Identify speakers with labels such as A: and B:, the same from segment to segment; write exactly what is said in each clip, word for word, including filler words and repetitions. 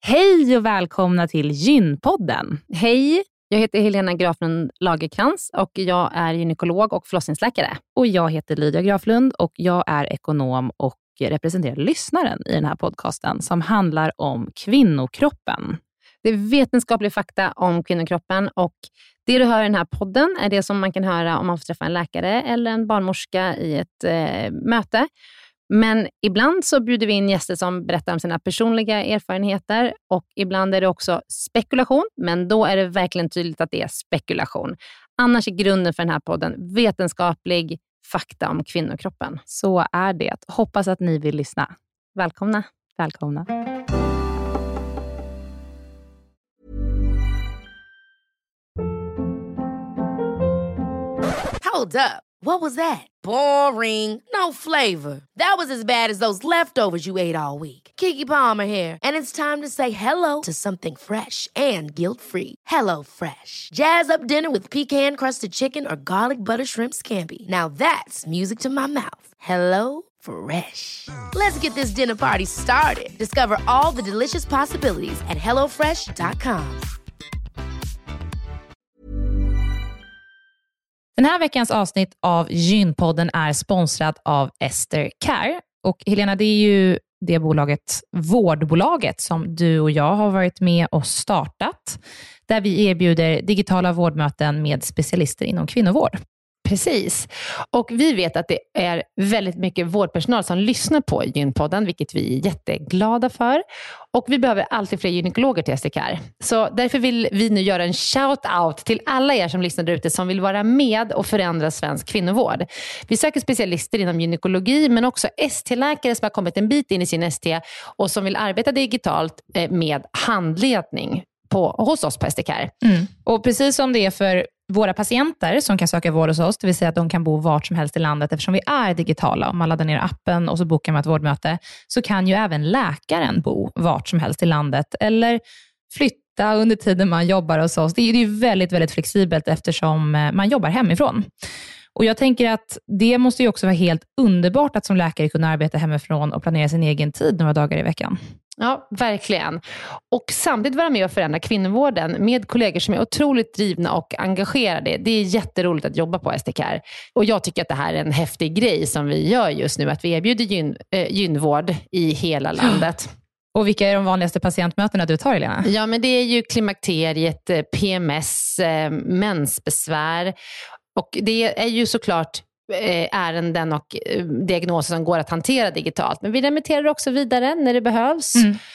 A: Hej och välkomna till Gynpodden.
B: Hej, jag heter Helena Graflund Lagerkrans och jag är gynekolog och förlossningsläkare.
A: Och jag heter Lydia Graflund och jag är ekonom och representerar lyssnaren i den här podcasten som handlar om kvinnokroppen.
B: Det är vetenskaplig fakta om kvinnokroppen och det du hör i den här podden är det som man kan höra om man får träffa en läkare eller en barnmorska i ett eh, möte. Men ibland så bjuder vi in gäster som berättar om sina personliga erfarenheter och ibland är det också spekulation, men då är det verkligen tydligt att det är spekulation. Annars är grunden för den här podden vetenskaplig fakta om kvinnokroppen.
A: Så är det. Hoppas att ni vill lyssna.
B: Välkomna.
A: Välkomna.
C: Hold up. What was that? Boring. No flavor. That was as bad as those leftovers you ate all week. Keke Palmer here, and it's time to say hello to something fresh and guilt-free. Hello Fresh. Jazz up dinner with pecan-crusted chicken or garlic butter shrimp scampi. Now that's music to my mouth. Hello Fresh. Let's get this dinner party started. Discover all the delicious possibilities at hello fresh dot com.
A: Den här veckans avsnitt av Gynpodden är sponsrad av Ester Care. Och Helena, det är ju det bolaget, vårdbolaget, som du och jag har varit med och startat. Där vi erbjuder digitala vårdmöten med specialister inom kvinnovård.
B: Precis. Och vi vet att det är väldigt mycket vårdpersonal som lyssnar på Gynpodden, vilket vi är jätteglada för. Och vi behöver alltid fler gynekologer till Ester Care. Så därför vill vi nu göra en shout-out till alla er som lyssnar där ute som vill vara med och förändra svensk kvinnovård. Vi söker specialister inom gynekologi men också S T-läkare som har kommit en bit in i sin S T och som vill arbeta digitalt med handledning på, hos oss på Ester Care.
A: Mm. Och precis som det är för våra patienter som kan söka vård hos oss, det vill säga att de kan bo vart som helst i landet eftersom vi är digitala. Om man laddar ner appen och så bokar man ett vårdmöte så kan ju även läkaren bo vart som helst i landet eller flytta under tiden man jobbar hos oss. Det är ju väldigt, väldigt flexibelt eftersom man jobbar hemifrån. Och jag tänker att det måste ju också vara helt underbart att som läkare kunna arbeta hemifrån och planera sin egen tid några dagar i veckan.
B: Ja, verkligen. Och samtidigt vara med och förändra kvinnovården med kollegor som är otroligt drivna och engagerade. Det är jätteroligt att jobba på Ester Care. Och jag tycker att det här är en häftig grej som vi gör just nu. Att vi erbjuder gyn, äh, gynvård i hela landet.
A: Och vilka är de vanligaste patientmötena du tar, Helena?
B: Ja, men det är ju klimakteriet, P M S, äh, mensbesvär. Och det är ju såklart ärenden och diagnoser som går att hantera digitalt. Men vi remitterar också vidare när det behövs.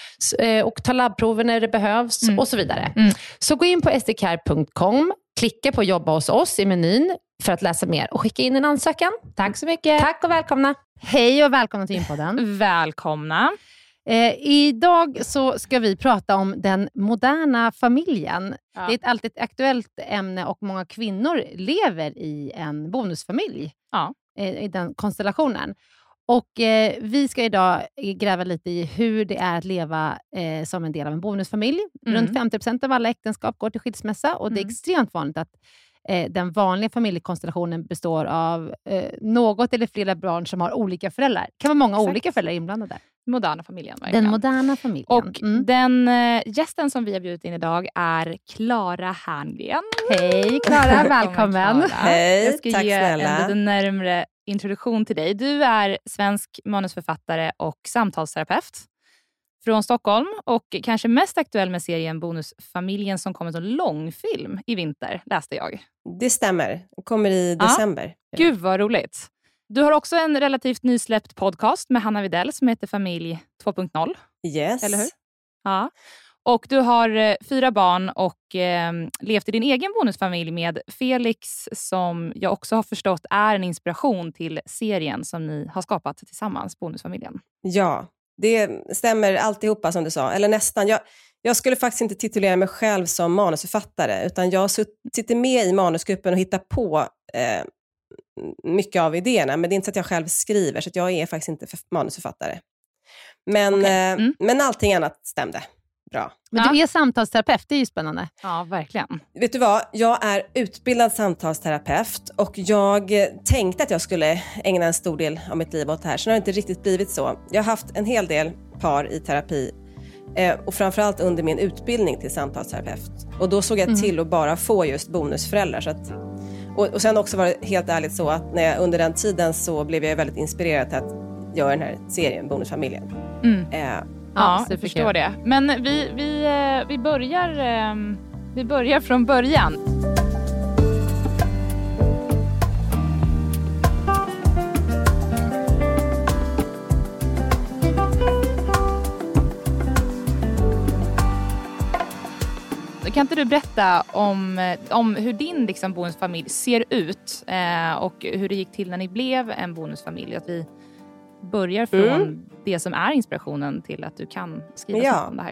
B: Mm. Och tar labbprover när det behövs mm. och så vidare. Mm. Så gå in på estecar punkt com, klicka på jobba hos oss i menyn för att läsa mer och skicka in en ansökan.
A: Tack så mycket.
B: Tack och välkomna.
D: Hej och välkomna till Gynpodden.
A: Välkomna.
D: Eh, idag så ska vi prata om den moderna familjen. Ja. Det är ett alltid ett aktuellt ämne och många kvinnor lever i en bonusfamilj.
A: Ja.
D: Eh, I den konstellationen. Och eh, vi ska idag gräva lite i hur det är att leva eh, som en del av en bonusfamilj. Mm. Runt femtio procent av alla äktenskap går till skilsmässa och mm. det är extremt vanligt att eh, den vanliga familjekonstellationen består av eh, något eller flera barn som har olika föräldrar. Det kan vara många
A: Exakt.
D: olika föräldrar inblandade.
A: Moderna familjen. Verkligen.
D: Den moderna familjen.
A: Och mm. den äh, gästen som vi har bjudit in idag är Clara Herngren.
D: Hej Clara, välkommen.
E: Clara. Hej,
A: Jag ska
E: tack
A: ge
E: snälla.
A: en lite närmare introduktion till dig. Du är svensk manusförfattare och samtalsterapeut från Stockholm och kanske mest aktuell med serien Bonusfamiljen som kommer som långfilm i vinter, läste jag.
E: Det stämmer. Den kommer i december.
A: Ja. Gud vad roligt. Du har också en relativt nysläppt podcast med Hanna Widell som heter Familj två punkt noll.
E: Yes.
A: Eller hur? Ja. Och du har eh, fyra barn och eh, levt i din egen bonusfamilj med Felix som jag också har förstått är en inspiration till serien som ni har skapat tillsammans, Bonusfamiljen.
E: Ja, det stämmer alltihopa som du sa. Eller nästan. Jag, jag skulle faktiskt inte titulera mig själv som manusförfattare utan jag sitter med i manusgruppen och hittar på eh, mycket av idéerna, men det är inte så att jag själv skriver så att jag är faktiskt inte manusförfattare. Men, okay. mm. eh, men allting annat stämde bra.
D: Men ja. Du är samtalsterapeut, det är ju spännande.
A: Ja, verkligen.
E: Vet du vad, jag är utbildad samtalsterapeut och jag tänkte att jag skulle ägna en stor del av mitt liv åt det här. Så det har inte riktigt blivit så. Jag har haft en hel del par i terapi Eh, och framförallt under min utbildning till samtalsterapeut. Och då såg jag mm. till att bara få just bonusföräldrar. Så att, och, och sen också var det helt ärligt så att när jag, under den tiden så blev jag väldigt inspirerad till att göra den här serien, Bonusfamiljen.
A: Mm.
E: Eh,
A: ja, ja jag förstår det. Men vi, vi, vi, börjar, vi börjar från början. Kan inte du berätta om, om hur din liksom, bonusfamilj ser ut eh, och hur det gick till när ni blev en bonusfamilj? Att vi börjar från mm. det som är inspirationen till att du kan skriva
E: ja.
A: om det här.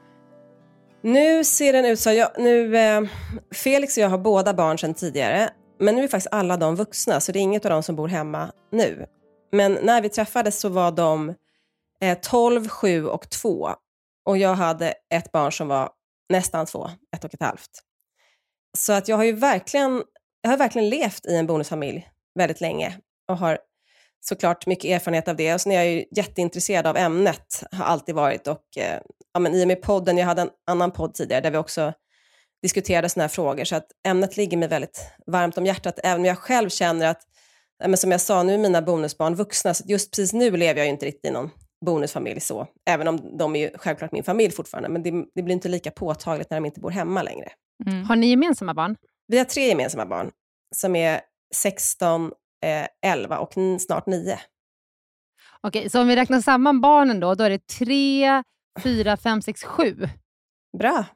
E: Nu ser den ut så. Jag, nu, eh, Felix och jag har båda barn sedan tidigare. Men nu är faktiskt alla de vuxna. Så det är inget av dem som bor hemma nu. Men när vi träffades så var de eh, tolv, sju och två. Och jag hade ett barn som var nästan två, ett och ett halvt. Så att jag har ju verkligen, jag har verkligen levt i en bonusfamilj väldigt länge. Och har såklart mycket erfarenhet av det. Och sen är jag ju jätteintresserad av ämnet, har alltid varit. Och eh, ja, men i och med podden, jag hade en annan podd tidigare där vi också diskuterade såna här frågor. Så att ämnet ligger mig väldigt varmt om hjärtat. Även om jag själv känner att, ja, men som jag sa, nu är mina bonusbarn vuxna. Så just precis nu lever jag ju inte riktigt i någon bonusfamilj så. Även om de är ju självklart min familj fortfarande. Men det, det blir inte lika påtagligt när de inte bor hemma längre.
D: Mm. Har ni gemensamma barn?
E: Vi har tre gemensamma barn. Som är sexton, elva och snart nio.
D: Okej, så om vi räknar samman barnen då, då är det tre, fyra, fem, sex, sju.
E: Bra.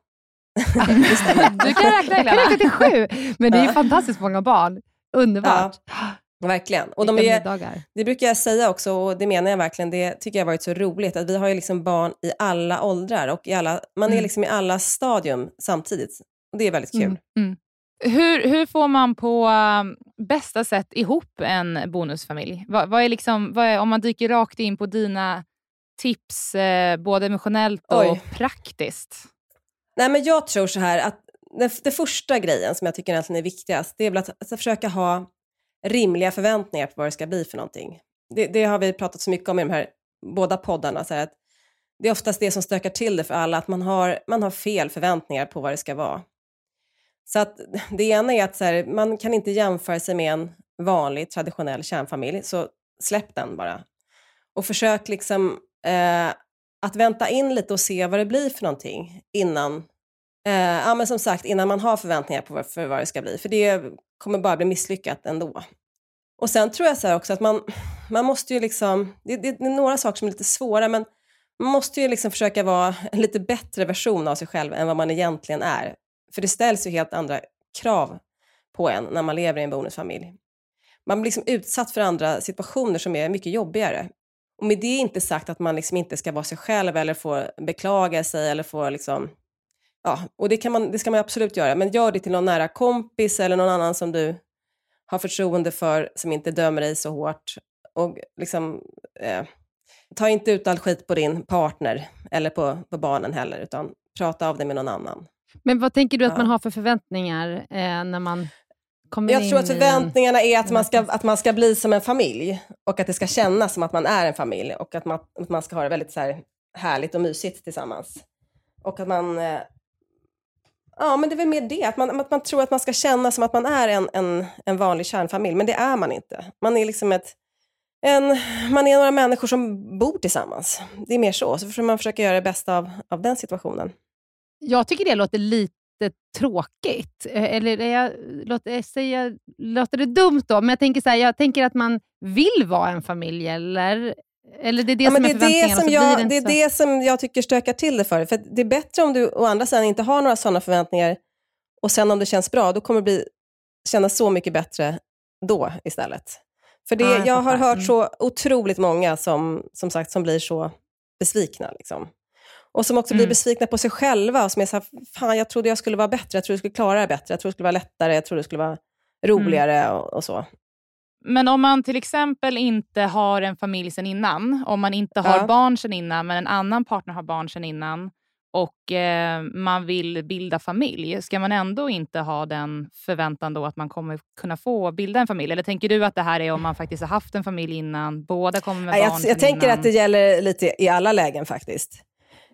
D: Du kan räkna, jag kan räkna till sju. Men det är ju fantastiskt många barn. Underbart.
E: Ja, verkligen. Och de är, det brukar jag säga också, och det menar jag verkligen. Det tycker jag har varit så roligt. Att vi har ju liksom barn i alla åldrar. Och i alla, man är mm. liksom i alla stadium samtidigt. Och det är väldigt kul.
A: Mm. Mm. Hur, hur får man på um, bästa sätt ihop en bonusfamilj? Vad, vad är liksom, vad är, om man dyker rakt in på dina tips, eh, både emotionellt och Oj. praktiskt?
E: Nej, men jag tror så här att det, det första grejen som jag tycker egentligen är viktigast, det är väl att, att försöka ha rimliga förväntningar på vad det ska bli för någonting. Det, det har vi pratat så mycket om i de här båda poddarna. Så här att det är oftast det som stökar till det för alla, att man har, man har fel förväntningar på vad det ska vara. Så att det ena är att så här, man kan inte jämföra sig med en vanlig traditionell kärnfamilj, så släpp den bara. Och försök liksom eh, att vänta in lite och se vad det blir för någonting innan, eh, ja men som sagt, innan man har förväntningar på vad, för vad det ska bli. För det kommer bara bli misslyckat ändå. Och sen tror jag så här också att man, man måste ju liksom, det, det, det är några saker som är lite svåra, men man måste ju liksom försöka vara en lite bättre version av sig själv än vad man egentligen är. För det ställs ju helt andra krav på en när man lever i en bonusfamilj. Man blir liksom utsatt för andra situationer som är mycket jobbigare. Och med det är inte sagt att man liksom inte ska vara sig själv eller få beklaga sig eller få liksom, ja, och det, kan man, det ska man absolut göra. Men gör det till någon nära kompis eller någon annan som du har förtroende för, som inte dömer dig så hårt. Och liksom, eh, ta inte ut all skit på din partner eller på, på barnen heller, utan prata av det med någon annan.
D: Men vad tänker du att ja. man har för förväntningar eh, när man kommer
E: Jag
D: in
E: tror att förväntningarna
D: en...
E: är att man, ska, att man ska bli som en familj. Och att det ska kännas som att man är en familj. Och att man, att man ska ha det väldigt så här härligt och mysigt tillsammans. Och att man... Eh, ja, men det är väl mer det. Att man, att man tror att man ska känna som att man är en, en, en vanlig kärnfamilj. Men det är man inte. Man är liksom ett... En, man är några människor som bor tillsammans. Det är mer så. Så får man försöka göra det bästa av, av den situationen.
D: Jag tycker det låter lite tråkigt. Eller jag, låter, jag säga, låter det dumt då? Men jag tänker så här, jag tänker att man vill vara en familj. Eller, eller det är det ja, som är förväntningarna. Det, som jag,
E: det är det som jag tycker stökar till det för. För det är bättre om du å andra sidan inte har några sådana förväntningar. Och sen om det känns bra, då kommer det bli, kännas så mycket bättre då istället. För det, ah, jag, jag har hört så otroligt många som, som sagt som blir så besvikna liksom. Och som också mm. blir besvikna på sig själva. Och som är så här, fan jag trodde jag skulle vara bättre. Jag trodde jag skulle klara det bättre. Jag trodde det skulle vara lättare. Jag trodde det skulle vara roligare mm. och, och så.
A: Men om man till exempel inte har en familj sedan innan. Om man inte har ja. barn sedan innan. Men en annan partner har barn sedan innan. Och eh, man vill bilda familj. Ska man ändå inte ha den förväntan då att man kommer kunna få bilda en familj? Eller tänker du att det här är om man faktiskt har haft en familj innan? Båda kommer med
E: Nej,
A: barn
E: Jag, jag tänker
A: innan.
E: Att det gäller lite i alla lägen faktiskt.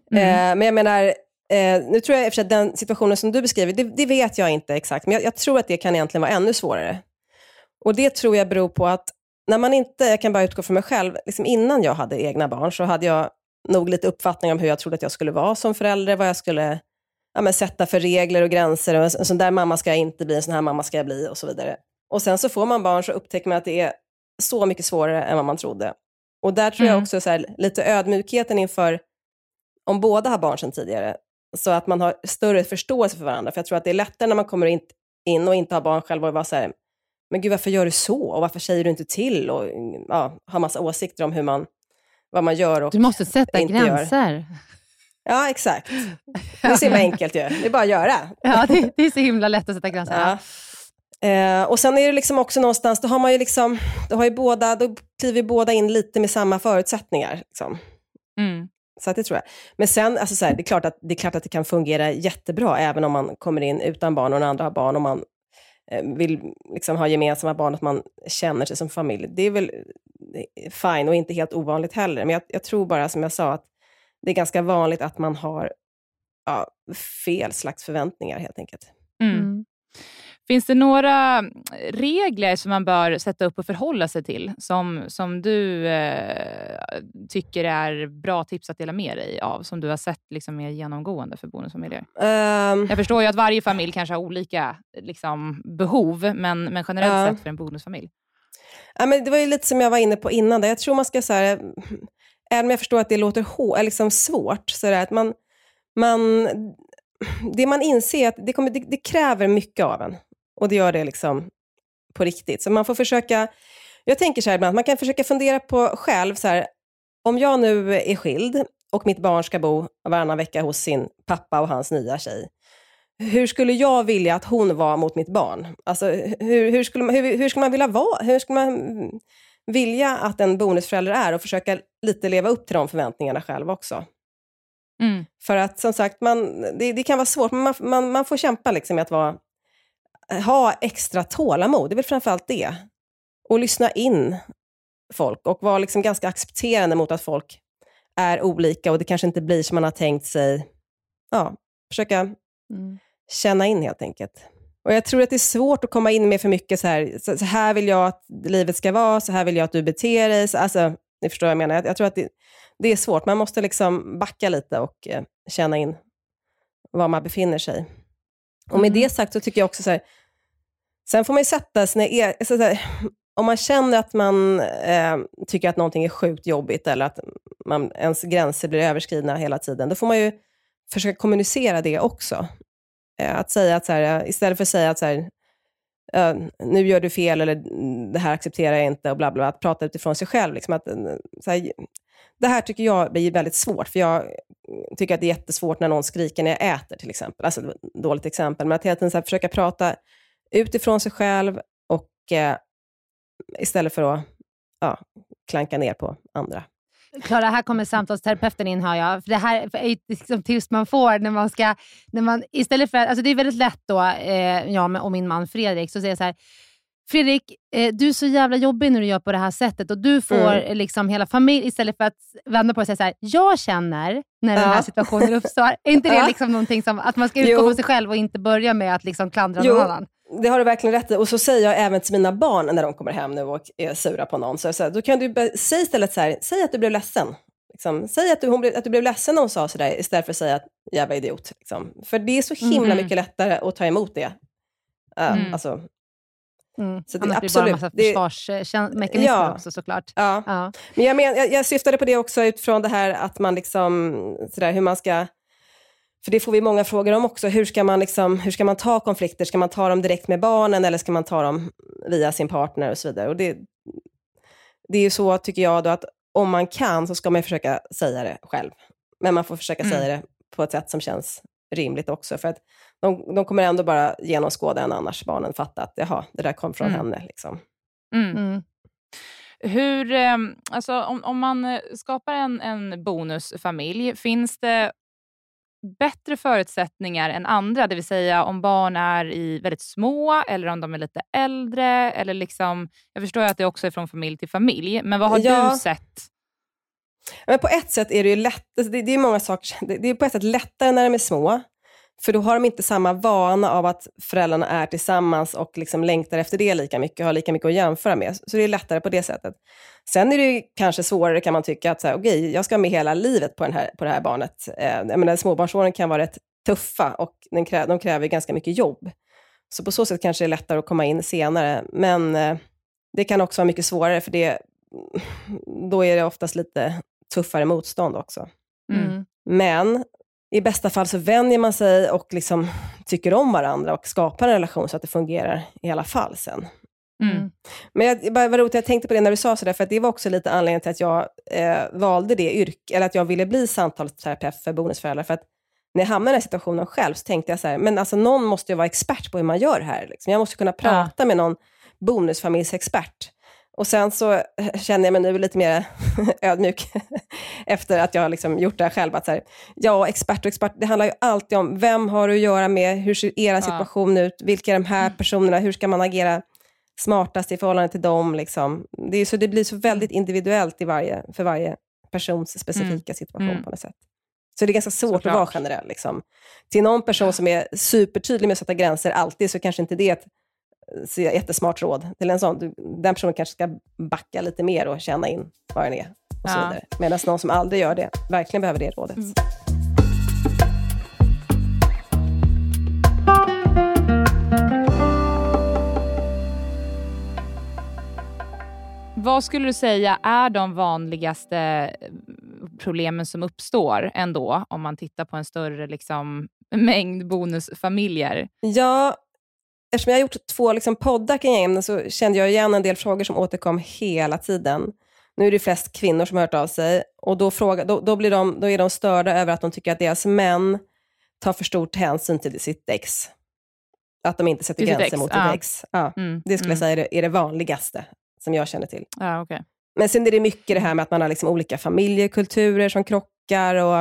E: Mm. Eh, men jag menar, eh, nu tror jag i och för sig att den situationen som du beskriver, det, det vet jag inte exakt, men jag, jag tror att det kan egentligen vara ännu svårare. Och det tror jag beror på att när man inte, jag kan bara utgå från mig själv, liksom innan jag hade egna barn så hade jag nog lite uppfattning om hur jag trodde att jag skulle vara som förälder, vad jag skulle ja, men sätta för regler och gränser, och en sån där mamma ska jag inte bli, en sån här mamma ska jag bli och så vidare. Och sen så får man barn så upptäcker man att det är så mycket svårare än vad man trodde. Och där tror mm. jag också så här, lite ödmjukheten inför om båda har barn sedan tidigare, så att man har större förståelse för varandra. För jag tror att det är lättare när man kommer in, in och inte har barn själv och vara så här, men gud varför gör du så? Och varför säger du inte till? Och ja, har massa åsikter om hur man, vad man gör och
D: du måste sätta
E: inte
D: gränser.
E: Gör. Ja, exakt. Det är så himla enkelt ju. Det är bara att göra.
D: Ja, det, det är så himla lätt att sätta gränser.
E: Ja. Eh, och sen är det liksom också någonstans, då har man ju liksom, då har ju båda, då kliver båda in lite med samma förutsättningar. Liksom.
A: Mm.
E: Så att det tror jag. Men sen, alltså så här, det, är klart att, det är klart att det kan fungera jättebra, även om man kommer in utan barn och den andra har barn, och man eh, vill liksom ha gemensamma barn, att man känner sig som familj. Det är väl fine och inte helt ovanligt heller. Men jag, jag tror bara, som jag sa, att det är ganska vanligt att man har ja, fel slags förväntningar helt enkelt.
A: Mm. Mm. Finns det några regler som man bör sätta upp och förhålla sig till som, som du eh, tycker är bra tips att dela med dig av, som du har sett liksom mer genomgående för bonusfamiljer? Um, Jag förstår ju att varje familj kanske har olika liksom, behov, men, men generellt uh, sett för en bonusfamilj.
E: Ja, men det var ju lite som jag var inne på innan där. Jag tror man ska så här, även om jag förstår att det låter hår, liksom svårt, så är det att man, man det man inser att det, kommer, det, det kräver mycket av en. Och det gör det liksom på riktigt. Så man får försöka, jag tänker så här ibland, man kan försöka fundera på själv så här, om jag nu är skild och mitt barn ska bo varannan vecka hos sin pappa och hans nya tjej. Hur skulle jag vilja att hon var mot mitt barn? Alltså hur, hur, skulle, man, hur, hur skulle man vilja vara? Hur skulle man vilja att en bonusförälder är, och försöka lite leva upp till de förväntningarna själv också? Mm. För att som sagt, man, det, det kan vara svårt, men man, man, man får kämpa liksom med att vara, ha extra tålamod, det är väl framförallt det. Och lyssna in folk och vara liksom ganska accepterande mot att folk är olika och det kanske inte blir som man har tänkt sig. Ja, försöka mm. känna in helt enkelt. Och jag tror att det är svårt att komma in med för mycket så här, så, så här vill jag att livet ska vara, så här vill jag att du beter dig. Så, alltså, ni förstår vad jag menar. Jag, jag tror att det, det är svårt. Man måste liksom backa lite och eh, känna in var man befinner sig. Och med mm. det sagt så tycker jag också så här, sen får man ju sätta sina er, så här, om man känner att man eh, tycker att någonting är sjukt jobbigt eller att man, ens gränser blir överskridna hela tiden, då får man ju försöka kommunicera det också. Eh, att säga att så här, istället för att säga att så här, eh, nu gör du fel eller det här accepterar jag inte och bla bla, att prata utifrån sig själv. Liksom att, så här, det här tycker jag blir väldigt svårt, för jag tycker att det är jättesvårt när någon skriker när jag äter till exempel. Alltså ett dåligt exempel, men att hela tiden så här, försöka prata utifrån sig själv och eh, istället för att ja, klanka ner på andra.
D: Klara, här kommer samtalsterapeuten in, hör jag. För det här är ju liksom tips man får när man ska, när man istället för, alltså det är väldigt lätt då, eh, jag och min man Fredrik, så säger jag så här: Fredrik, eh, du är så jävla jobbig när du gör på det här sättet, och du får mm. liksom hela familj, istället för att vända på och säga så här: jag känner när den här situationen uppstår. Är inte det liksom någonting som, att man ska utgå från sig själv och inte börja med att liksom klandra
E: jo.
D: någon annan?
E: Det har du verkligen rätt i. Och så säger jag även till mina barn när de kommer hem nu och är sura på någon. Så, så här, då kan du säga istället så här, säg att du blev ledsen. Liksom, säg att du, hon blev, att du blev ledsen när hon sa sådär, istället för att säga att jävla idiot. Liksom. För det är så himla mm. mycket lättare att ta emot det. Uh, mm. Alltså,
D: mm.
E: så det,
D: Annars
E: absolut,
D: blir det bara en massa försvarsmekanismer ja, också såklart.
E: Ja. Ja. Men jag, men jag, jag syftade på det också utifrån det här att man liksom, sådär, hur man ska. För det får vi många frågor om också. Hur ska man, liksom, hur ska man ta konflikter? Ska man ta dem direkt med barnen eller ska man ta dem via sin partner och så vidare? Och det, det är ju så, tycker jag, då, att om man kan så ska man försöka säga det själv. Men man får försöka mm. säga det på ett sätt som känns rimligt också. För att de, de kommer ändå bara genomskåda en, annars barnen fattar att jaha, det där kom från mm. henne. Liksom.
A: Mm. Mm. Hur, alltså, om, om man skapar en, en bonusfamilj, finns det bättre förutsättningar än andra, det vill säga om barn är i väldigt små eller om de är lite äldre, eller liksom, jag förstår att det också är från familj till familj, men vad har ja. du sett?
E: Men på ett sätt är det ju lätt, det, det är många saker, det, det är på ett sätt lättare när de är små. För då har de inte samma vana av att föräldrarna är tillsammans och liksom längtar efter det lika mycket, har lika mycket att jämföra med. Så det är lättare på det sättet. Sen är det ju kanske svårare, kan man tycka, att säga, okej, jag ska med hela livet på, den här, på det här barnet. Eh, jag menar, småbarnsåren kan vara rätt tuffa och den krä, de kräver ganska mycket jobb. Så på så sätt kanske det är lättare att komma in senare. Men eh, det kan också vara mycket svårare, för det, då är det oftast lite tuffare motstånd också.
B: Mm.
E: Men i bästa fall så vänjer man sig och liksom tycker om varandra och skapar en relation så att det fungerar i alla fall sen.
B: Mm.
E: Men jag, bara var roligt, jag tänkte på det när du sa sådär, för att det var också lite anledningen till att jag eh, valde det yrke, eller att jag ville bli samtalsterapeut för bonusföräldrar. För att när jag hamnade i den här situationen själv så tänkte jag så här, men alltså någon måste ju vara expert på hur man gör det här. Liksom. Jag måste kunna prata ja. med någon bonusfamiljsexpert. Och sen så känner jag mig nu lite mer ödmjuk efter att jag har liksom gjort det här själv. Att så här, ja, expert och expert, det handlar ju alltid om vem har du att göra med, hur ser er situation ja. ut, vilka är de här personerna, hur ska man agera smartast i förhållande till dem. Liksom. Det, är, så det blir så väldigt individuellt i varje, för varje persons specifika mm. situation mm. på något sätt. Så det är ganska svårt Såklart. att vara generell. Liksom. Till någon person som är supertydlig med att sätta gränser alltid, så kanske inte det är ett så jättesmart råd till en sån. Den personen kanske ska backa lite mer och känna in vad den är och så ja. vidare. Medan någon som aldrig gör det verkligen behöver det rådet. Mm.
A: Vad skulle du säga är de vanligaste problemen som uppstår ändå om man tittar på en större liksom, mängd bonusfamiljer?
E: Ja, eftersom jag har gjort två liksom, poddar kring ämnet så kände jag igen en del frågor som återkom hela tiden. Nu är det flest kvinnor som har hört av sig och då, fråga, då, då, blir de, då är de störda över att de tycker att deras män tar för stort hänsyn till sitt ex. Att de inte sätter gränser ex. mot sitt
A: ah.
E: ex. Ja,
A: mm.
E: Det skulle
A: mm.
E: jag säga är det, är det vanligaste som jag känner till.
A: Ah, okay.
E: Men sen är det mycket det här med att man har liksom olika familjekulturer som krockar och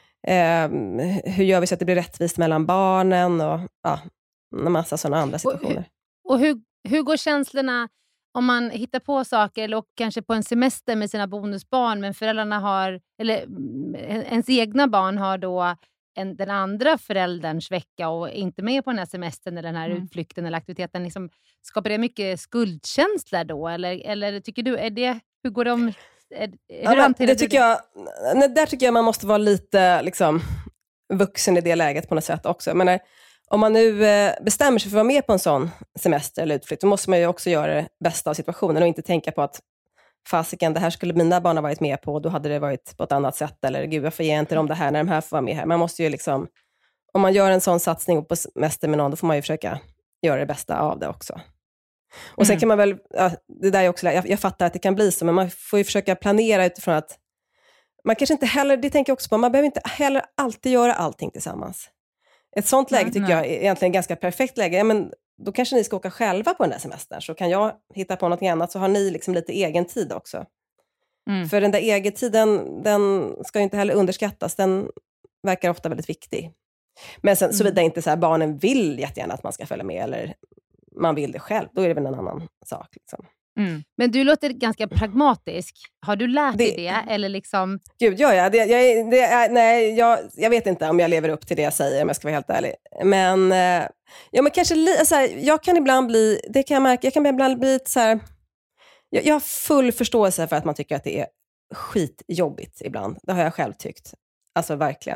E: eh, hur gör vi så att det blir rättvist mellan barnen och ja, en massa sådana andra situationer.
D: Och, hur, och hur, hur går känslorna om man hittar på saker eller kanske på en semester med sina bonusbarn, men föräldrarna har, eller ens egna barn har då en, den andra förälderns vecka och inte med på den här semestern eller den här mm. utflykten eller aktiviteten, liksom, skapar det mycket skuldkänslor då? Eller, eller tycker du, är det, hur går de... Är, hur
E: ja, det tycker jag, nej, där tycker jag man måste vara lite liksom, vuxen i det läget på något sätt också. Men när, om man nu eh, bestämmer sig för att vara med på en sån semester eller utflykt, då måste man ju också göra det bästa av situationen och inte tänka på att fasiken, det här skulle mina barn ha varit med på och då hade det varit på ett annat sätt, eller gud, varför ger jag inte dem det här när de här får vara med här? Man måste ju liksom, om man gör en sån satsning på semester med någon, då får man ju försöka göra det bästa av det också. Och sen mm. kan man väl, ja, det där är också, jag, jag fattar att det kan bli så, men man får ju försöka planera utifrån att man kanske inte heller, det tänker jag också på, man behöver inte heller alltid göra allting tillsammans. Ett sånt läge tycker mm. jag är egentligen ganska perfekt läge. Ja, men då kanske ni ska åka själva på den där semestern, så kan jag hitta på något annat, så har ni liksom lite egen tid också. Mm. För den där egen tiden, den ska ju inte heller underskattas, den verkar ofta väldigt viktig. Men sen, mm. såvida inte så här, barnen vill jättegärna att man ska följa med, eller man vill det själv, då är det väl en annan sak liksom.
D: Mm. Men du låter ganska pragmatisk. Har du lärt dig det, det eller liksom?
E: Gud, ja, ja. Det, jag, det är, nej, jag, jag vet inte om jag lever upp till det jag säger, om jag ska vara helt ärlig. Men, eh, ja, men kanske li, så här, jag kan ibland bli, det kan jag märka, jag kan ibland bli så här, jag, jag har full förståelse för att man tycker att det är skitjobbigt ibland. Det har jag själv tyckt. Alltså verkligen.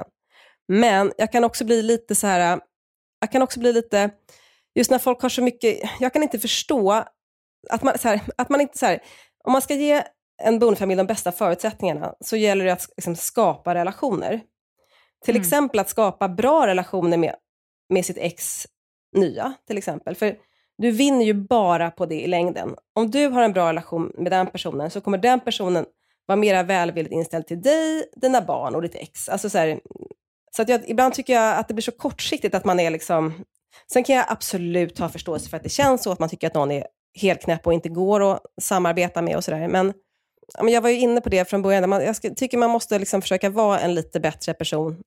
E: Men jag kan också bli lite så här, jag kan också bli lite, just när folk har så mycket, jag kan inte förstå att man, så här, att man inte så här, om man ska ge en bonusfamilj de bästa förutsättningarna, så gäller det att liksom, skapa relationer. Till mm. exempel att skapa bra relationer med, med sitt ex nya, till exempel. För du vinner ju bara på det i längden. Om du har en bra relation med den personen, så kommer den personen vara mer välvilligt inställd till dig, dina barn och ditt ex. Alltså så här, så att jag, ibland tycker jag att det blir så kortsiktigt att man är liksom... Sen kan jag absolut ha förståelse för att det känns så, att man tycker att någon är helt knäpp och inte går att samarbeta med och sådär. Men, ja, men jag var ju inne på det från början. Man, jag ska, tycker man måste liksom försöka vara en lite bättre person.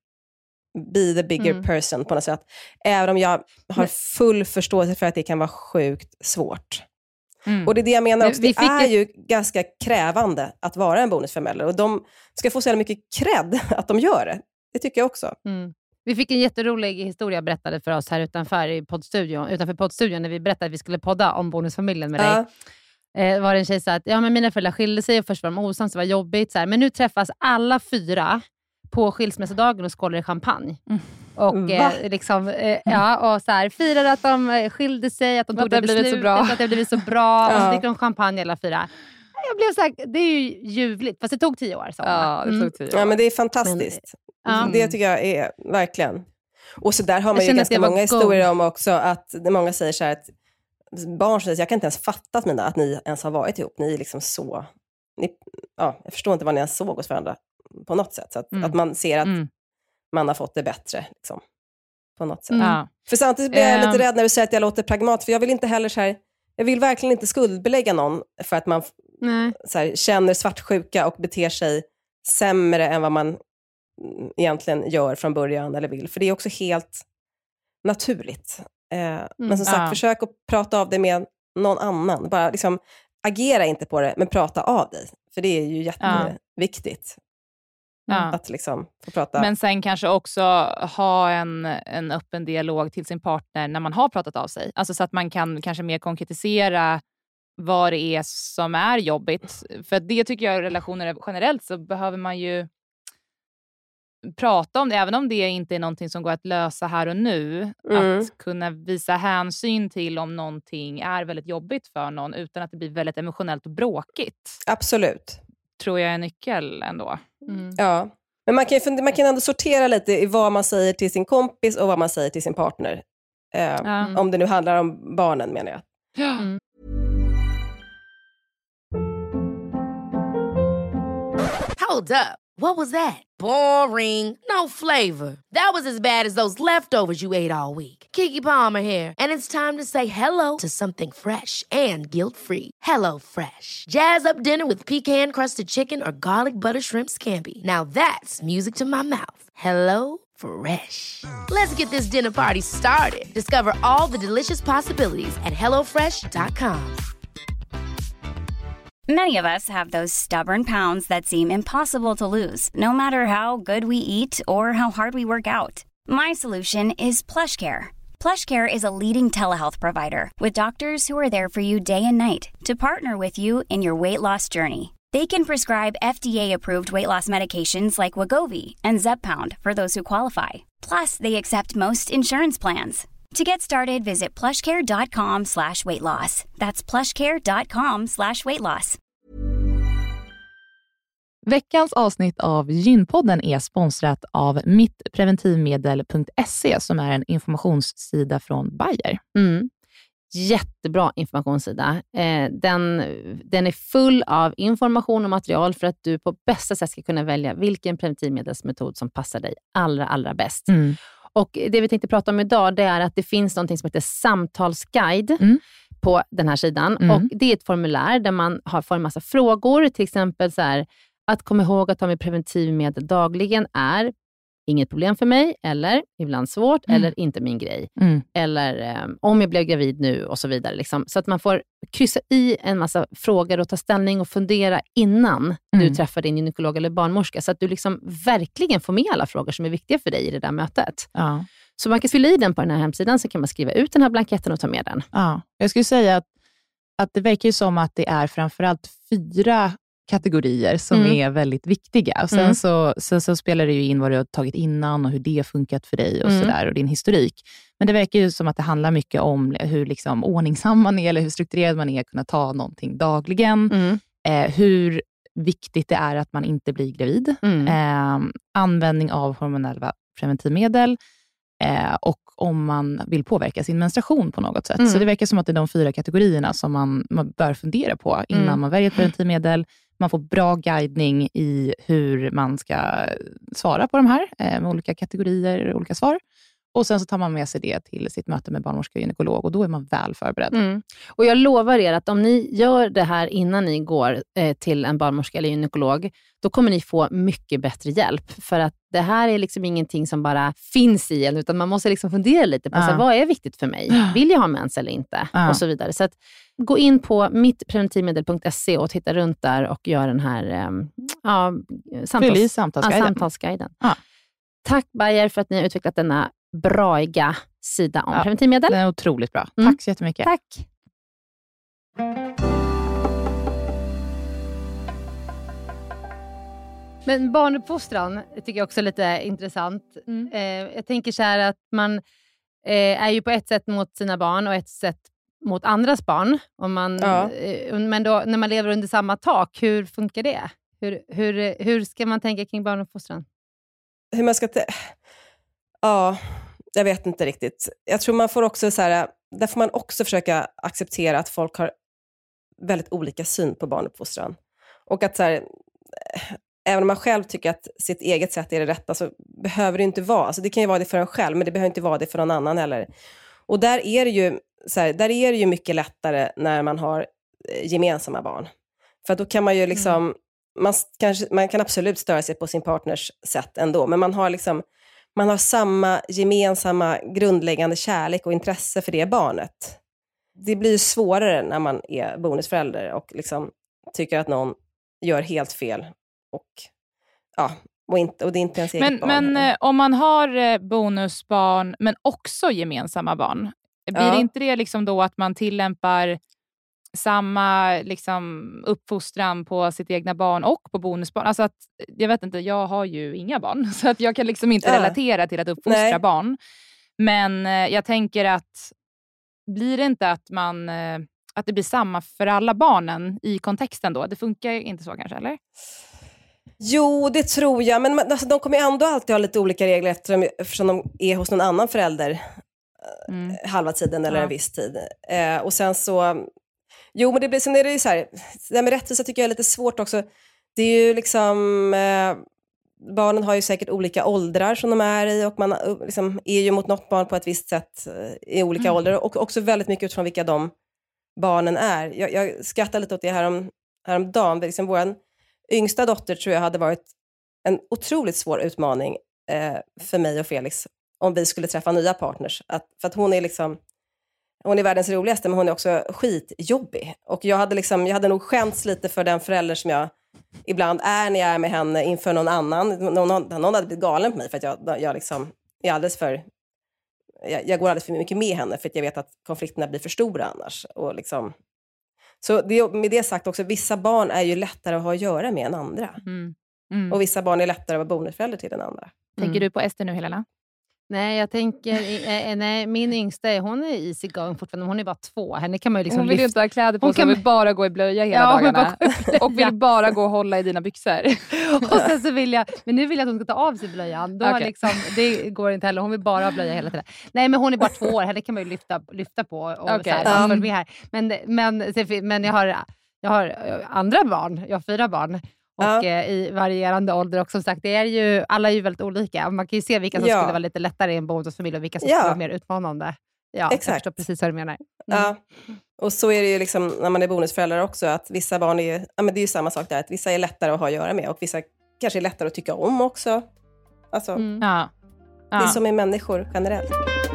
E: Be the bigger mm. person på något sätt. Även om jag har full förståelse för att det kan vara sjukt svårt. Mm. Och det är det jag menar också,
D: vi, vi
E: det är
D: ett...
E: ju ganska krävande att vara en bonusförmedlare. Och de ska få så jävla mycket cred att de gör det. Det tycker jag också.
D: Mm. Vi fick en jätterolig historia berättade för oss här utanför i poddstudion, utanför poddstudion när vi berättade att vi skulle podda om bonusfamiljen med
E: Ja.
D: dig. Eh, var det en tjej som sa att ja, men mina föräldrar skilde sig och först var de osams, det var jobbigt. Så här, men nu träffas alla fyra på skilsmässodagen och skålar i champagne. Mm. Och, eh, liksom, eh, ja, och så här, firar att de skilde sig, att de tog det beslutet, att det blivit så bra. Och så dricker de champagne alla fyra. Jag blev så här, det är ju ljuvligt. Fast det tog tio år. Så.
B: Ja, det tog tio år.
E: Ja, men det är fantastiskt. Men, ja. Det tycker jag är verkligen. Och så där har man ju ganska många historier om också. Att många säger så här att barn säger, jag kan inte ens fatta att, mina, att ni ens har varit ihop. Ni är liksom så... Ni, ja, jag förstår inte vad ni ens såg hos varandra på något sätt. Så att, mm. att man ser att mm. man har fått det bättre. Liksom, på något sätt. Mm. För samtidigt blir jag lite rädd när du säger att jag låter pragmat. För jag vill inte heller så här... Jag vill verkligen inte skuldbelägga någon för att man så här, känner svartsjuka och beter sig sämre än vad man egentligen gör från början eller vill. För det är också helt naturligt. Eh, mm, men som sagt, ja. försök att prata av det med någon annan. Bara liksom, agera inte på det, men prata av dig. För det är ju jätteviktigt. Ja. Att liksom få prata.
B: Men sen kanske också ha en, en öppen dialog till sin partner när man har pratat av sig. Alltså så att man kan kanske mer konkretisera vad det är som är jobbigt. För det tycker jag i relationer generellt så behöver man ju prata om det. Även om det inte är någonting som går att lösa här och nu. Mm. Att kunna visa hänsyn till om någonting är väldigt jobbigt för någon utan att det blir väldigt emotionellt och bråkigt.
E: Absolut.
B: Tror jag är en nyckel ändå.
E: Mm. Ja, men man kan, man kan ändå sortera lite i vad man säger till sin kompis och vad man säger till sin partner. Eh, mm. Om det nu handlar om barnen, menar jag. Ja. Mm.
C: Hold up. What was that? Boring. No flavor. That was as bad as those leftovers you ate all week. Keke Palmer here, and it's time to say hello to something fresh and guilt-free. Hello Fresh. Jazz up dinner with pecan-crusted chicken or garlic butter shrimp scampi. Now that's music to my mouth. Hello Fresh. Let's get this dinner party started. Discover all the delicious possibilities at hello fresh dot com.
F: Many of us have those stubborn pounds that seem impossible to lose, no matter how good we eat or how hard we work out. My solution is PlushCare. PlushCare is a leading telehealth provider with doctors who are there for you day and night to partner with you in your weight loss journey. They can prescribe F D A-approved weight loss medications like Wegovy and Zepbound for those who qualify. Plus, they accept most insurance plans. To get started, visit plushcare.com slash weight loss. That's plushcare.com slash weight loss.
A: Veckans avsnitt av Gynpodden är sponsrat av mittpreventivmedel punkt se som är en informationssida från Bayer.
D: Mm. Jättebra informationssida. Eh, den, den är full av information och material för att du på bästa sätt ska kunna välja vilken preventivmedelsmetod som passar dig allra, allra bäst. Mm. Och det vi tänkte prata om idag, det är att det finns något som heter samtalsguide mm. på den här sidan. Mm. Och det är ett formulär där man har får en massa frågor. Till exempel så här, att komma ihåg att ta med preventivmedel dagligen är inget problem för mig. Eller ibland svårt. Mm. Eller inte min grej. Mm. Eller eh, om jag blev gravid nu och så vidare. Liksom. Så att man får kryssa i en massa frågor och ta ställning och fundera innan mm. du träffar din gynekolog eller barnmorska. Så att du liksom verkligen får med alla frågor som är viktiga för dig i det där mötet. Ja. Så man kan fylla i den på den här hemsidan, så kan man skriva ut den här blanketten och ta med den.
A: Ja. Jag skulle säga att, att det verkar ju som att det är framförallt fyra kategorier som mm. är väldigt viktiga. Och sen, mm. så, sen så spelar det ju in vad du har tagit innan och hur det funkat för dig och mm. sådär, och din historik. Men det verkar ju som att det handlar mycket om hur liksom ordningsam man är eller hur strukturerad man är att kunna ta någonting dagligen. Mm. Eh, hur viktigt det är att man inte blir gravid. Mm. Eh, användning av hormonella preventivmedel. Eh, och om man vill påverka sin menstruation på något sätt. Mm. Så det verkar som att det är de fyra kategorierna som man, man bör fundera på innan mm. man väljer ett preventivmedel. Man får bra guidning i hur man ska svara på de här eh, med olika kategorier och olika svar. Och sen så tar man med sig det till sitt möte med barnmorska och gynekolog och då är man väl förberedd.
D: Mm. Och jag lovar er att om ni gör det här innan ni går eh, till en barnmorska eller gynekolog, då kommer ni få mycket bättre hjälp. För att det här är liksom ingenting som bara finns i en, utan man måste liksom fundera lite på
A: Ja.
D: så här, vad är viktigt för mig? Vill jag ha mens eller inte?
A: Ja.
D: Och så vidare. Så att gå in på mittpreventivmedel punkt se och titta runt där och gör den här eh, ja, samtals-
A: Fyll i
D: ja,
A: samtalsguiden.
D: samtalsguiden.
A: Ja.
D: Tack Bayer för att ni har utvecklat denna braiga sida om
A: Ja,
D: preventivmedel.
A: Det är otroligt bra.
D: Mm.
A: Tack så jättemycket.
D: Tack. Men barnuppfostran tycker jag också är lite intressant.
A: Mm.
D: Eh, jag tänker så här att man eh, är ju på ett sätt mot sina barn och ett sätt mot andras barn. Om man,
E: Ja.
D: eh, men då, när man lever under samma tak, hur funkar det? Hur, hur, hur ska man tänka kring barnuppfostran?
E: Hur man ska... Te- ja, jag vet inte riktigt. Jag tror man får också så här, där får man också försöka acceptera att folk har väldigt olika syn på barnuppfostran. Och att så här, även om man själv tycker att sitt eget sätt är det rätta, så behöver det inte vara. Alltså det kan ju vara det för en själv, men det behöver inte vara det för någon annan heller. Och där är det ju, så här, där är det ju mycket lättare när man har gemensamma barn. För då kan man ju liksom, mm. man, kanske, man kan absolut störa sig på sin partners sätt ändå, men man har liksom, man har samma gemensamma grundläggande kärlek och intresse för det barnet. Det blir svårare när man är bonusförälder och liksom tycker att någon gör helt fel. Och, ja, och, inte, och det är inte ens eget
A: men,
E: barn.
A: Men eh, om man har eh, bonusbarn men också gemensamma barn, blir
E: Ja.
A: det inte det liksom då att man tillämpar samma liksom, uppfostran på sitt egna barn och på bonusbarn? Alltså att, jag vet inte, jag har ju inga barn så att jag kan liksom inte
E: Ja.
A: relatera till att uppfostra
E: Nej.
A: barn. Men eh, jag tänker att blir det inte att man eh, att det blir samma för alla barnen i kontexten då? Det funkar inte så kanske, eller?
E: Jo, det tror jag. Men man- alltså, de kommer ju ändå alltid ha lite olika regler eftersom, eftersom de är hos någon annan förälder
A: Mm.
E: halva tiden eller
A: Ja.
E: en viss tid. Eh, och sen så... Jo, men det blir, sen är det ju så här... Det här med rättvisa tycker jag är lite svårt också. Det är ju liksom... Eh, barnen har ju säkert olika åldrar som de är i och man eh, liksom, är ju mot något barn på ett visst sätt eh, i olika
A: Mm.
E: åldrar. Och också väldigt mycket utifrån vilka de barnen är. Jag, jag skrattar lite åt det här om, häromdagen. Liksom vår yngsta dotter tror jag hade varit en otroligt svår utmaning eh, för mig och Felix om vi skulle träffa nya partners. Att, för att hon är liksom, hon är världens roligaste, men hon är också skitjobbig. Och jag hade, liksom, jag hade nog skämts lite för den förälder som jag ibland är när jag är med henne inför någon annan. Någon, någon, någon hade blivit galen på mig för att jag, jag liksom är alldeles för... Jag, jag går alldeles för mycket med henne för att jag vet att konflikterna blir för stora annars. Och liksom, så det, med det sagt också, vissa barn är ju lättare att ha att göra med än andra.
A: Mm. Mm.
E: Och vissa barn är lättare att vara bonusförälder till än andra.
A: Tänker
D: Mm.
A: du på Ester nu, Helena?
D: Nej, jag tänker, eh, nej, min yngsta, hon är easy going fortfarande, hon är bara två. Henne kan man ju liksom
A: Hon vill ju
D: lyfta.
A: inte ha kläder på
D: Hon
A: sig, hon
D: kan-
A: vill bara gå i blöja hela
D: Ja, hon vill
A: dagarna.
D: bara gå i blöja.
A: Och vill bara gå och hålla i dina byxor.
D: Och sen så vill jag, men nu vill jag att hon ska ta av sig blöjan. Då
A: Okej.
D: liksom, det går inte heller, hon vill bara ha blöja hela tiden. Nej, men hon är bara två år, henne kan man ju lyfta, lyfta på. Och
A: Okej.
D: så här,
E: Ja.
D: följ med här. Men, men, men jag, har, jag har andra barn, jag har fyra barn. Och
E: Ja.
D: eh, i varierande ålder. Och som sagt, det är ju, alla är ju väldigt olika. Man kan ju se vilka som
E: Ja.
D: skulle vara lite lättare i en bonusfamilj och vilka som
E: Ja.
D: skulle vara mer utmanande. Ja, jag
E: Exakt.
D: förstår precis vad du menar. Mm.
E: Ja. Och så är det ju liksom när man är bonusförälder också, att vissa barn är, ja, men det är ju samma sak där, att vissa är lättare att ha att göra med och vissa kanske är lättare att tycka om också. Alltså,
D: Mm.
A: Ja.
E: det är
A: Ja.
E: som med människor generellt.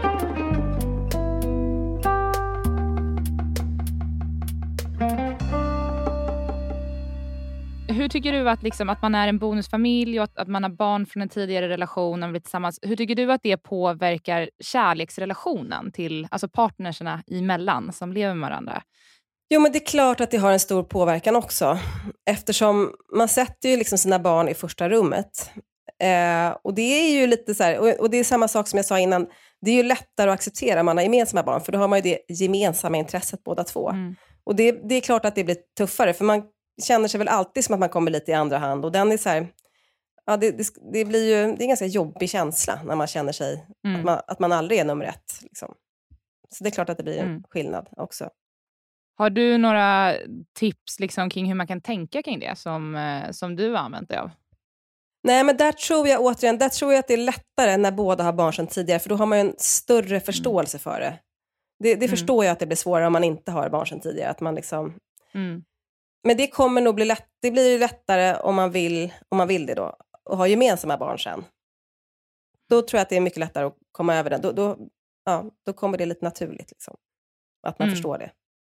A: Hur tycker du att, liksom, att man är en bonusfamilj och att, att man har barn från en tidigare relation och blir tillsammans, hur tycker du att det påverkar kärleksrelationen till, alltså partnerserna emellan som lever med varandra?
E: Jo, men det är klart att det har en stor påverkan också. Eftersom man sätter ju liksom sina barn i första rummet. Eh, och det är ju lite så här, och, och det är samma sak som jag sa innan, det är ju lättare att acceptera om man har gemensamma barn, för då har man ju det gemensamma intresset båda två.
A: Mm.
E: Och det, det är klart att det blir tuffare, för man känner sig väl alltid som att man kommer lite i andra hand. Och den är så här, ja, det, det, det blir ju, det är en ganska jobbig känsla när man känner sig,
A: Mm.
E: att, man, att man aldrig är nummer ett. Liksom. Så det är klart att det blir en
A: Mm.
E: skillnad också.
A: Har du några tips liksom, kring hur man kan tänka kring det som, eh, som du har använt dig av?
E: Nej, men där tror jag återigen, där tror jag att det är lättare när båda har barn sedan tidigare, för då har man ju en större förståelse för det. Det, det
A: Mm.
E: förstår jag att det blir svårare om man inte har barn sedan tidigare. Att man liksom...
A: Mm.
E: Men det kommer nog bli lätt, det blir lättare om man vill, om man vill det då, och ha gemensamma barn sen. Då tror jag att det är mycket lättare att komma över den. Då, då, ja, då kommer det lite naturligt liksom. Att man
A: Mm.
E: förstår det.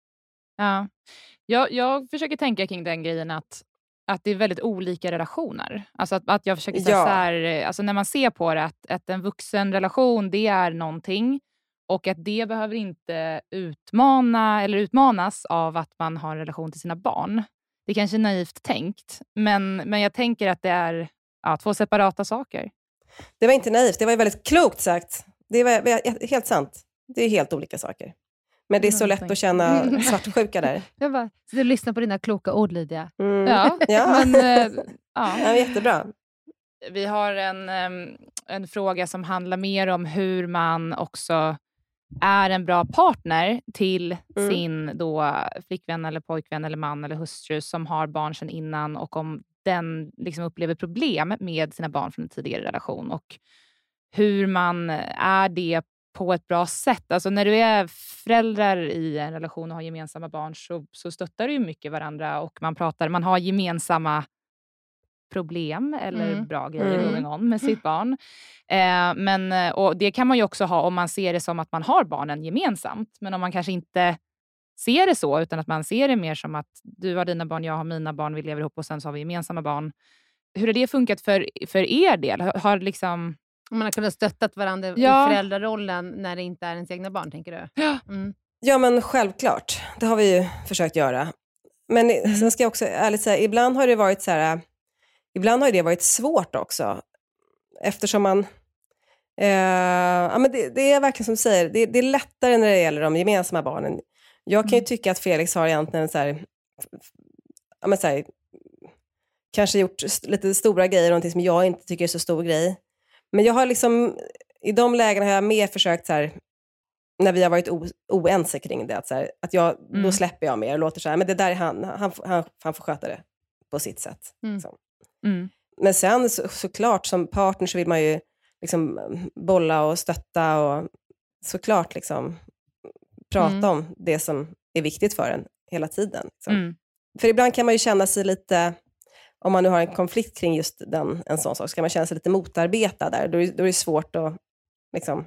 A: Ja. Jag, jag försöker tänka kring den grejen att, att det är väldigt olika relationer. Alltså att, att jag försöker säga
E: Ja.
A: så här, alltså när man ser på det att, att en vuxen relation, det är någonting. Och att det behöver inte utmana eller utmanas av att man har en relation till sina barn. Det är kanske är naivt tänkt. Men, men jag tänker att det är ja, två separata saker.
E: Det var inte naivt, det var ju väldigt klokt sagt. Det var helt sant. Det är helt olika saker. Men det är så lätt att känna svartsjuka där.
D: Jag bara, så du lyssnar på dina kloka ord, Lydia.
E: Mm.
A: Ja,
E: Ja.
A: men eh, ja.
E: Ja, jättebra.
A: Vi har en, em, en fråga som handlar mer om hur man också är en bra partner till
E: Mm.
A: sin då flickvän eller pojkvän eller man eller hustru som har barn sedan innan, och om den liksom upplever problem med sina barn från en tidigare relation och hur man är det på ett bra sätt. Alltså när du är föräldrar i en relation och har gemensamma barn så, så stöttar du ju mycket varandra och man pratar, man har gemensamma problem eller
D: Mm.
A: bra grejer
E: Mm.
A: going on med sitt barn. Eh, men, och det kan man ju också ha om man ser det som att man har barnen gemensamt. Men om man kanske inte ser det så, utan att man ser det mer som att du har dina barn, jag har mina barn, vi lever ihop och sen så har vi gemensamma barn. Hur har det funkat för, för er del? Har, har liksom...
D: Om man har kunnat stöttat varandra
A: Ja.
D: i föräldrarollen när det inte är ens egna barn, tänker du?
A: Ja.
D: Mm.
E: Ja, men självklart. Det har vi ju försökt göra. Men
A: Mm.
E: sen ska jag också ärligt säga, ibland har det varit så här, ibland har det varit svårt också. Eftersom man, eh, ja men det, det är verkligen som du säger, det, det är lättare när det gäller de gemensamma barnen. Jag kan ju
A: Mm.
E: tycka att Felix har egentligen så här, ja men så här, kanske gjort st- lite stora grejer, någonting som jag inte tycker är så stor grej. Men jag har liksom, i de lägena har jag mer försökt så här, när vi har varit o- oense kring det, att, så här, att jag,
A: Mm.
E: då släpper jag mer och låter så här, men det där är han, han, han, han får sköta det på sitt sätt.
D: Mm.
E: Liksom.
A: Mm.
E: Men sen så, såklart som partner så vill man ju liksom bolla och stötta och såklart liksom prata
A: Mm.
E: om det som är viktigt för en hela tiden. Liksom.
A: Mm.
E: För ibland kan man ju känna sig lite, om man nu har en konflikt kring just den, en sån sak, så kan man känna sig lite motarbetad där. Då är, då är det svårt att liksom,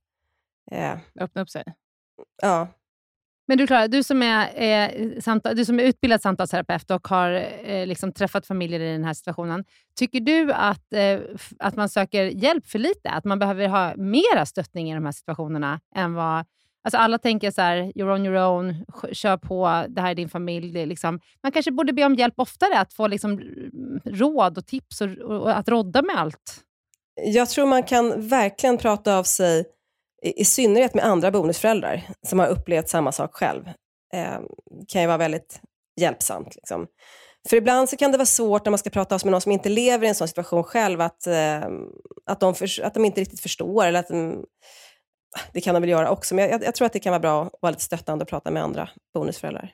E: eh,
A: Öppna upp sig.
E: ja.
D: Men du Klara, du som är, eh, samtal, du som är utbildad samtalsterapeut och har eh, liksom träffat familjer i den här situationen. Tycker du att, eh, f- att man söker hjälp för lite? Att man behöver ha mera stöttning i de här situationerna än vad... Alltså alla tänker så här, you're on your own, sk- kör på, det här är din familj. Det är liksom, man kanske borde be om hjälp oftare, att få liksom mm, råd och tips och, och att rodda med allt.
E: Jag tror man kan verkligen prata av sig, i, i synnerhet med andra bonusföräldrar som har upplevt samma sak själv. Eh, kan ju vara väldigt hjälpsamt. Liksom. För ibland så kan det vara svårt när man ska prata med någon som inte lever i en sån situation själv, att, eh, att, de, för, att de inte riktigt förstår. Eller att de, det kan de väl göra också, men jag, jag tror att det kan vara bra att vara lite stöttande och prata med andra bonusföräldrar.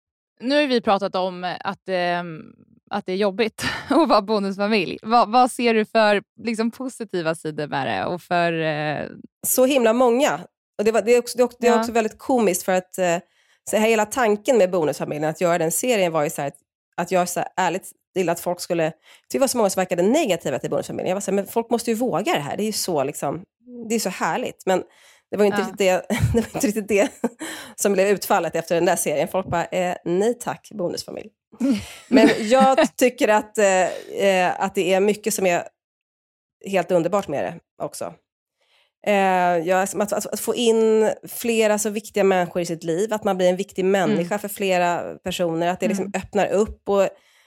A: Nu har vi pratat om att, eh, att det är jobbigt att vara bonusfamilj. Va, vad ser du för liksom, positiva sidor med det? Och för, eh...
E: Så himla många. Och det, var, det, är, också, det, är också, det är
A: Ja.
E: också väldigt komiskt, för att eh, så här, hela tanken med bonusfamiljen, att göra den serien, var ju så här, att, att jag så här, ärligt ville att folk skulle... Det var så många som verkade negativa till bonusfamiljen. Jag var så här, men folk måste ju våga det här. Det är ju så, liksom, det är så härligt. Men det var ju inte,
A: Ja.
E: riktigt, det, det, var inte riktigt det som blev utfallet efter den där serien. Folk bara, eh, nej tack, bonusfamilj. Men jag tycker att, eh, att det är mycket som är helt underbart med det också. Eh, ja, att, att, att få in flera så viktiga människor i sitt liv, att man blir en viktig människa mm. för flera personer, att det liksom mm. öppnar upp och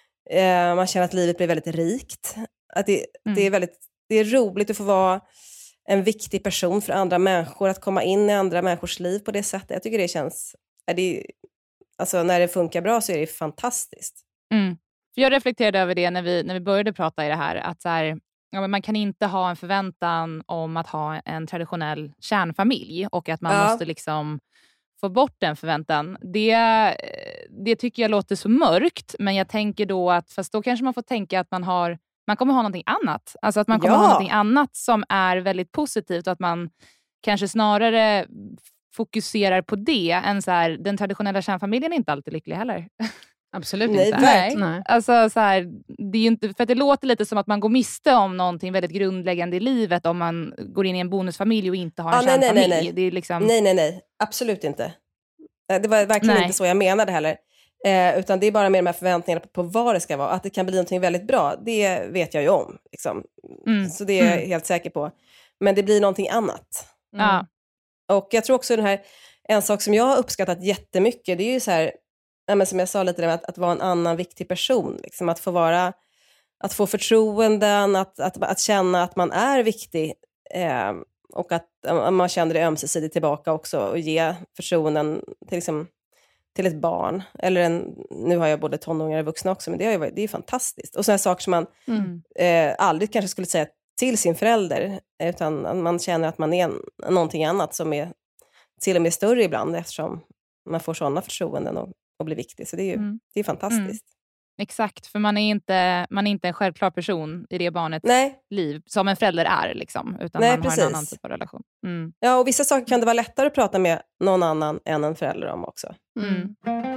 E: eh, man känner att livet blir väldigt rikt. Att det, mm. det, är väldigt, det är roligt att få vara en viktig person för andra människor, att komma in i andra människors liv på det sättet. Jag tycker det känns, är det, alltså när det funkar bra så är det fantastiskt.
A: Mm. Jag reflekterade över det när vi, när vi började prata i det här, att så här, ja, men man kan inte ha en förväntan om att ha en traditionell kärnfamilj och att man ja. måste liksom få bort den förväntan. Det, det tycker jag låter så mörkt, men jag tänker då att, fast då kanske man får tänka att man har man kommer ha någonting annat. Alltså att man kommer
E: Ja.
A: ha någonting annat som är väldigt positivt och att man kanske snarare fokuserar på det än så här, den traditionella kärnfamiljen är inte alltid lycklig heller.
D: Absolut
E: Nej,
D: inte.
E: verkligen.
D: Nej.
A: Alltså så här, det är ju inte, för att det låter lite som att man går miste om någonting väldigt grundläggande i livet om man går in i en bonusfamilj och inte har en
E: Ja, nej, nej,
A: kärnfamilj.
E: nej, nej.
A: Det är liksom...
E: Nej, nej, nej. Absolut inte. Eh, Det var verkligen
A: Nej.
E: inte så jag menade heller. Eh, utan det är bara med de här förväntningarna på, på vad det ska vara. Att det kan bli någonting väldigt bra, det vet jag ju om. Liksom.
A: Mm.
E: Så det är jag
A: Mm.
E: helt säker på. Men det blir någonting annat.
A: Ja.
E: Och jag tror också den här, en sak som jag har uppskattat jättemycket, det är ju så här, ja, men som jag sa lite, det med att, att vara en annan viktig person. Liksom, att få vara, att få förtroenden, att, att, att känna att man är viktig. Eh, och att eh, man känner det ömsesidigt tillbaka också. Och ge förtroenden till, liksom, till ett barn. Eller en, nu har jag både tonåringar och vuxna också, men det är ju det är fantastiskt. Och sådana saker som man
A: Mm.
E: eh, aldrig kanske skulle säga till sin förälder, utan man känner att man är en, någonting annat som är till och med större ibland, eftersom man får sådana förtroenden och, och blir viktig. Så det är ju
A: Mm.
E: det är fantastiskt.
A: Mm. Exakt, för man är, inte, man är inte en självklar person i det barnets
E: Nej,
A: liv, som en förälder är. Liksom, utan
E: Nej,
A: man har
E: precis.
A: en annan typ av relation. Mm.
E: ja, och vissa saker kan det vara lättare att prata med någon annan än en förälder om också.
A: Mm.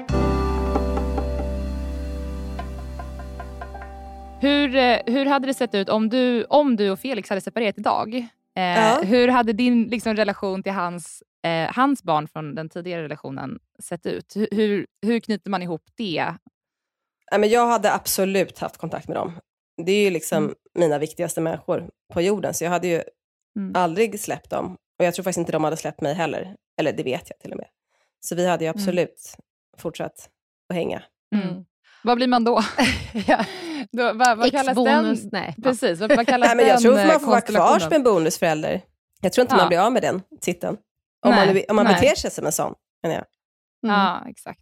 A: Hur, eh, hur hade det sett ut om du, om du och Felix hade separerat idag? Eh,
E: Ja.
A: Hur hade din liksom, relation till hans, eh, hans barn från den tidigare relationen sett ut? Hur, hur, hur knyter man ihop det?
E: Nej, men jag hade absolut haft kontakt med dem. Det är ju liksom
A: Mm.
E: mina viktigaste människor på jorden, så jag hade ju
A: Mm.
E: aldrig släppt dem. Och jag tror faktiskt inte de hade släppt mig heller. Eller det vet jag till och med. Så vi hade ju absolut fortsatt att hänga.
A: Mm. Vad blir man då?
D: Ja.
A: då vad, vad kallas
D: Ex-bonus,
A: den?
D: nej. Ja.
A: Precis, vad, vad kallas
E: Nej, men jag
A: den
E: tror att man
A: eh,
E: får vara kvar
A: konstellationen?
E: som en bonusförälder. Jag tror inte
A: Ja.
E: man blir av med den titeln. Om
A: Nej,
E: man, om man
A: nej.
E: beter sig som en sån, menar jag.
D: Mm.
A: Ja, exakt.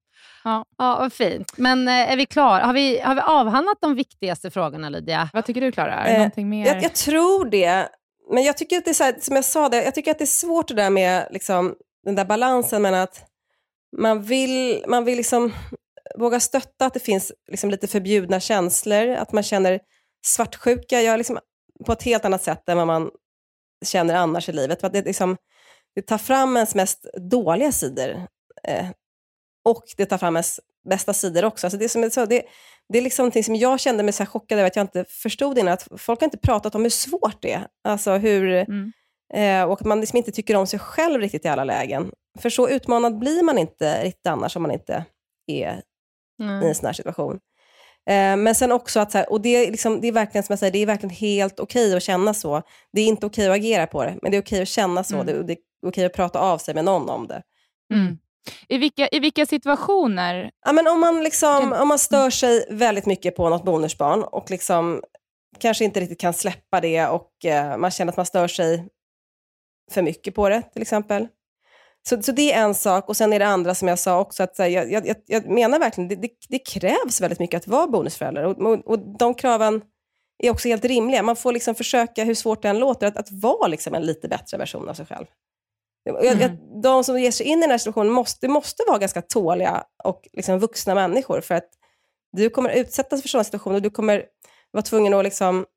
A: Ja.
D: Ja, vad fint. Men eh, är vi klara? Har vi, har vi avhandlat de viktigaste frågorna, Lydia?
A: Vad tycker du, Klara? Är det
E: Eh,
A: någonting mer?
E: Jag, jag tror det. Men jag tycker att det är så här, som jag sa, det, jag tycker att det är svårt det där med liksom, den där balansen mellan att man vill, man vill liksom våga stötta att det finns liksom lite förbjudna känslor, att man känner svartsjuka jag liksom, på ett helt annat sätt än vad man känner annars i livet. För att det, liksom, det tar fram ens mest dåliga sidor eh, och det tar fram ens bästa sidor också. Alltså det, är som, så, det, det är liksom någonting som jag kände mig så här chockad över att jag inte förstod innan, att folk har inte pratat om hur svårt det är. Alltså hur,
A: Mm.
E: eh, och att man liksom inte tycker om sig själv riktigt i alla lägen. För så utmanad blir man inte riktigt annars om man inte är i en sån här situation. Eh, men sen också att så här, och det är, liksom, det är verkligen som jag säger, det är verkligen helt okej att känna så. Det är inte okej att agera på det, men det är okej att känna så.
A: Mm.
E: Det, det är okej att prata av sig med någon om det.
A: Mm. I, vilka, I vilka situationer?
E: Ja, men om man, liksom,
A: Kan-
E: om man stör sig väldigt mycket på något bonusbarn och liksom kanske inte riktigt kan släppa det och eh, man känner att man stör sig för mycket på det till exempel. Så, så det är en sak, och sen är det andra som jag sa också, att så här, jag, jag, jag menar verkligen, det, det, det krävs väldigt mycket att vara bonusförälder, och, och, och de kraven är också helt rimliga. Man får liksom försöka, hur svårt det än låter, att, att vara liksom en lite bättre version av sig själv. Jag,
A: Mm.
E: jag, de som ger sig in i den här situationen måste, måste vara ganska tåliga och liksom vuxna människor, för att du kommer utsättas för sådana situationer och du kommer vara tvungen att liksom,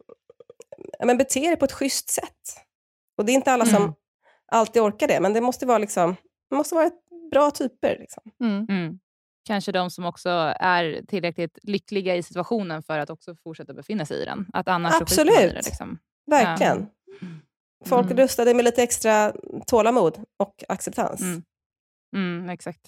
E: ja, men bete dig på ett schysst sätt. Och det är inte alla som
A: Mm.
E: alltid orkar det, men det måste vara, liksom, det måste vara ett bra typer. Liksom.
D: Mm.
A: Mm. Kanske de som också är tillräckligt lyckliga i situationen för att också fortsätta befinna sig i den. Att annars så skiter man i
E: Absolut.
A: det, liksom.
E: Verkligen. Folk
A: Mm.
E: rustade med lite extra tålamod och acceptans.
A: Mm. Mm, exakt.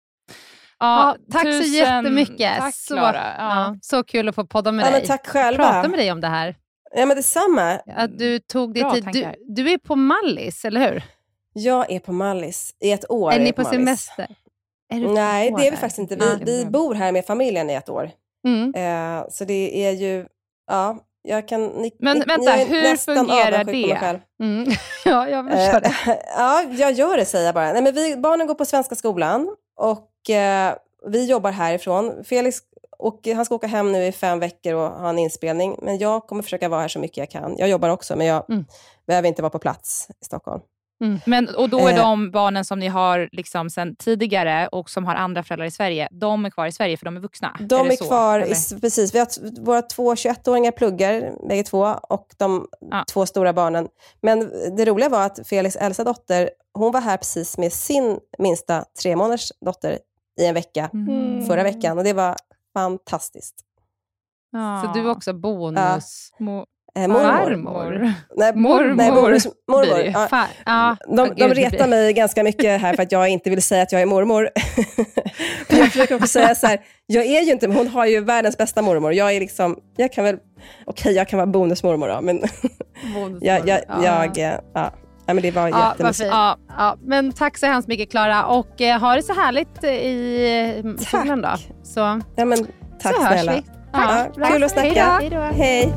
D: Ja, tack så
A: tusen
D: jättemycket.
A: Tack,
D: så,
A: Klara.
D: ja.
A: Ja.
D: så kul att få podda med
E: Ja,
D: dig.
E: men tack själva.
D: Prata med dig om det här.
E: Ja, men detsamma.
D: Att du tog dig
A: Bra
D: tid. Du,
A: tankar.
D: du är på Mallis, eller hur?
E: Jag är på Mallis i ett år.
D: är
E: jag
D: ni på
E: Mallis.
D: semester? Är du
E: Nej,
D: på
E: det är vi
D: där?
E: faktiskt inte.
D: Ja.
E: Vi, vi bor här med familjen i ett år.
D: Mm.
E: Eh, så det är ju, ja, jag kan... Ni,
A: Men
E: ni,
A: vänta,
E: ni är
A: hur
E: nästan
A: fungerar
E: avundsjuk på mig
A: det?
E: själv.
D: Mm. ja, jag förstår
E: Eh,
D: det.
E: ja, jag gör det, säger jag bara. Nej, men vi, barnen går på svenska skolan och eh, vi jobbar härifrån. Felix och han ska åka hem nu i fem veckor och ha en inspelning. Men jag kommer försöka vara här så mycket jag kan. Jag jobbar också, men jag
D: Mm.
E: behöver inte vara på plats i Stockholm.
A: Mm. Men, och då är de barnen som ni har liksom sen tidigare och som har andra föräldrar i Sverige, de är kvar i Sverige för de är vuxna?
E: De är, är
A: så,
E: kvar, i, precis. Vi har våra två tjugoett-åringar pluggar, bägge två, och de ja. två stora barnen. Men det roliga var att Felix äldsta dotter, hon var här precis med sin minsta tre månaders dotter i en vecka, mm. förra veckan. Och det var fantastiskt.
D: Ja. Så du är också bonus...
E: Ja.
D: Mo-
E: Eh, mormor.
D: Mormor.
E: Nej,
D: mormor.
E: Nej, bonus, mormor. Ja.
D: Fa- ja.
E: De, de retar mig ganska mycket här för att jag inte vill säga att jag är mormor. Jag försöker också säga så här, jag är ju inte, hon har ju världens bästa mormor. Jag är liksom, jag kan väl, okej okay, jag kan vara bonusmormor då, men bonusmormor. jag, jag, ja. jag, ja. ja. Men det var
D: ja,
E: jättemysigt.
D: Ja, ja, men tack så hemskt mycket, Klara, och eh, ha det så härligt i solen då. Så,
E: ja, men tack
D: så
E: snälla.
D: Hörs vi. Ja,
E: ja, kul att snacka.
D: Hej då.
E: Hej.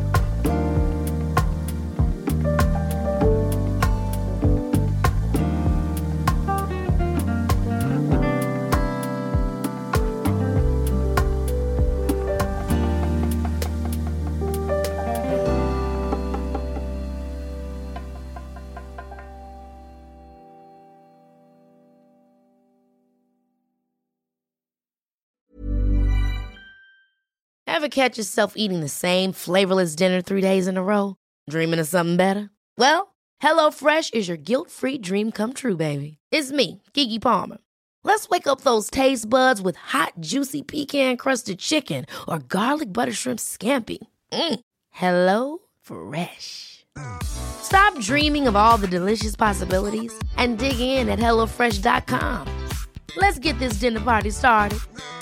C: Ever catch yourself eating the same flavorless dinner three days in a row? Dreaming of something better? Well, HelloFresh is your guilt-free dream come true, baby. It's me, Keke Palmer. Let's wake up those taste buds with hot, juicy pecan-crusted chicken or garlic butter shrimp scampi. Mm. Hello Fresh. Stop dreaming of all the delicious possibilities and dig in at hello fresh dot com. Let's get this dinner party started.